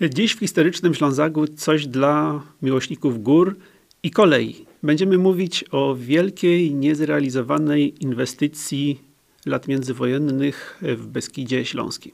Dziś w historycznym Ślązaku coś dla miłośników gór i kolei. Będziemy mówić o wielkiej, niezrealizowanej inwestycji lat międzywojennych w Beskidzie Śląskim.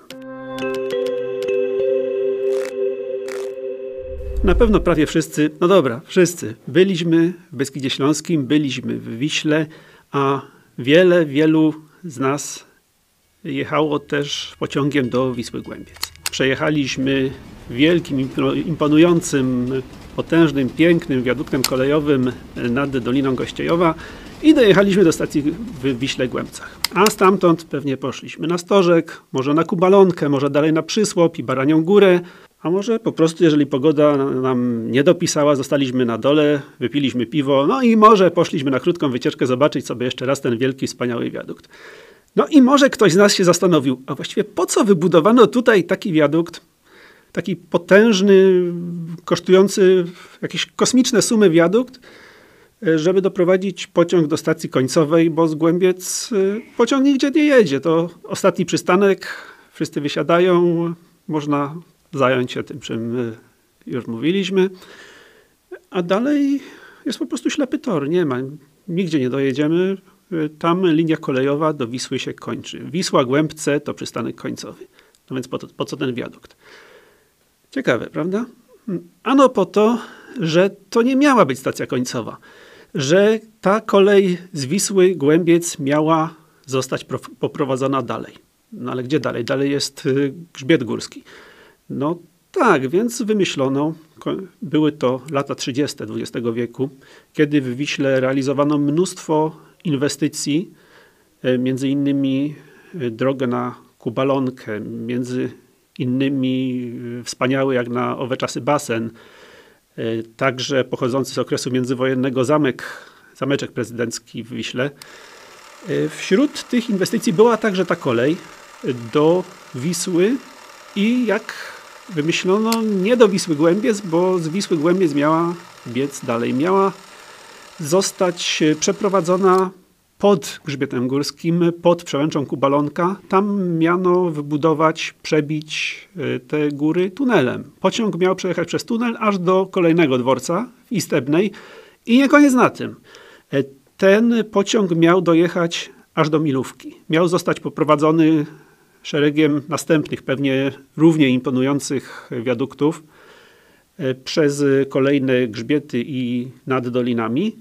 Na pewno prawie wszyscy, wszyscy byliśmy w Beskidzie Śląskim, byliśmy w Wiśle, a wielu z nas jechało też pociągiem do Wisły Głębiec. Przejechaliśmy wielkim, imponującym, potężnym, pięknym wiaduktem kolejowym nad Doliną Gościejowa i dojechaliśmy do stacji w Wiśle Głębcach. A stamtąd pewnie poszliśmy na Stożek, może na Kubalonkę, może dalej na Przysłop i Baranią Górę, a może po prostu, jeżeli pogoda nam nie dopisała, zostaliśmy na dole, wypiliśmy piwo, no i może poszliśmy na krótką wycieczkę zobaczyć sobie jeszcze raz ten wielki, wspaniały wiadukt. No i może ktoś z nas się zastanowił, a właściwie po co wybudowano tutaj taki wiadukt, taki potężny, kosztujący jakieś kosmiczne sumy wiadukt, żeby doprowadzić pociąg do stacji końcowej, bo z Głębiec pociąg nigdzie nie jedzie. To ostatni przystanek, wszyscy wysiadają, można zająć się tym, czym już mówiliśmy, a dalej jest po prostu ślepy tor, nie ma, nigdzie nie dojedziemy. Tam linia kolejowa do Wisły się kończy. Wisła Głębce to przystanek końcowy. No więc po co ten wiadukt? Ciekawe, prawda? Ano po to, że to nie miała być stacja końcowa. Że ta kolej z Wisły Głębiec miała zostać poprowadzona dalej. No ale gdzie dalej? Dalej jest grzbiet górski. No tak, więc wymyślono, były to lata 30. XX wieku, kiedy w Wiśle realizowano mnóstwo inwestycji, między innymi drogę na Kubalonkę, między innymi wspaniały jak na owe czasy basen, także pochodzący z okresu międzywojennego zameczek prezydencki w Wiśle. Wśród tych inwestycji była także ta kolej do Wisły i jak wymyślono, nie do Wisły Głębiec, bo z Wisły Głębiec miała biec dalej. Miała zostać przeprowadzona pod grzbietem górskim, pod przełęczą Kubalonka. Tam miano wybudować, przebić te góry tunelem. Pociąg miał przejechać przez tunel aż do kolejnego dworca w Istebnej i nie koniec na tym. Ten pociąg miał dojechać aż do Milówki. Miał zostać poprowadzony szeregiem następnych, pewnie równie imponujących wiaduktów przez kolejne grzbiety i nad dolinami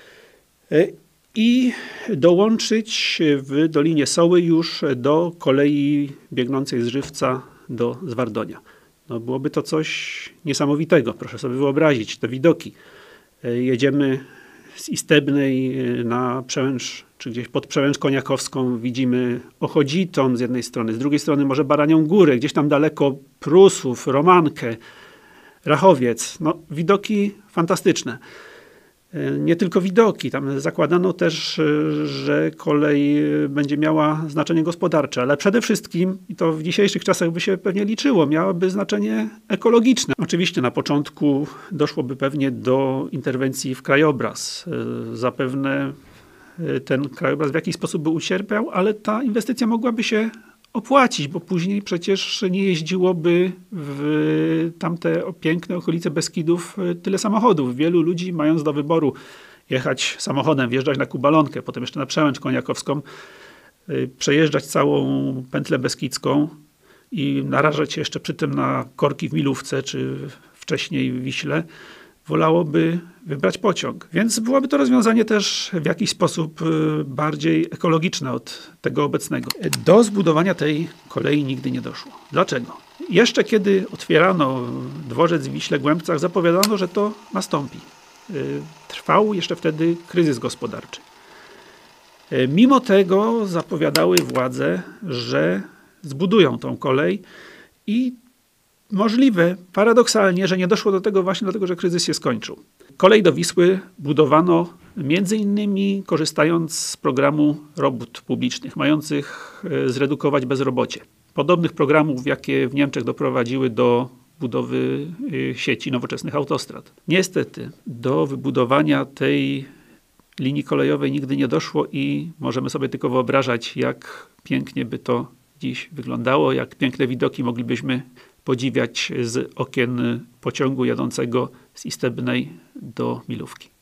i dołączyć w Dolinie Soły już do kolei biegnącej z Żywca do Zwardonia. No byłoby to coś niesamowitego, proszę sobie wyobrazić te widoki. Jedziemy z Istebnej na Przełęcz, czy gdzieś pod Przełęcz Koniakowską widzimy Ochodziton z jednej strony, z drugiej strony może Baranią Górę, gdzieś tam daleko Prusów, Romankę, Rachowiec. No, widoki fantastyczne. Nie tylko widoki, tam zakładano też, że kolej będzie miała znaczenie gospodarcze, ale przede wszystkim, i to w dzisiejszych czasach by się pewnie liczyło, miałaby znaczenie ekologiczne. Oczywiście na początku doszłoby pewnie do interwencji w krajobraz. Zapewne ten krajobraz w jakiś sposób by ucierpiał, ale ta inwestycja mogłaby się opłacić, bo później przecież nie jeździłoby w tamte piękne okolice Beskidów tyle samochodów. Wielu ludzi, mając do wyboru jechać samochodem, wjeżdżać na Kubalonkę, potem jeszcze na Przełęcz Koniakowską, przejeżdżać całą pętlę beskidzką i narażać się jeszcze przy tym na korki w Milówce, czy wcześniej w Wiśle, wolałoby wybrać pociąg. Więc byłoby to rozwiązanie też w jakiś sposób bardziej ekologiczne od tego obecnego. Do zbudowania tej kolei nigdy nie doszło. Dlaczego? Jeszcze kiedy otwierano dworzec w Wiśle Głębcach, zapowiadano, że to nastąpi. Trwał jeszcze wtedy kryzys gospodarczy. Mimo tego zapowiadały władze, że zbudują tą kolej i możliwe, paradoksalnie, że nie doszło do tego właśnie dlatego, że kryzys się skończył. Kolej do Wisły budowano między innymi korzystając z programu robót publicznych, mających zredukować bezrobocie. Podobnych programów, jakie w Niemczech doprowadziły do budowy sieci nowoczesnych autostrad. Niestety do wybudowania tej linii kolejowej nigdy nie doszło i możemy sobie tylko wyobrażać, jak pięknie by to dziś wyglądało, jak piękne widoki moglibyśmy podziwiać z okien pociągu jadącego z Istebnej do Milówki.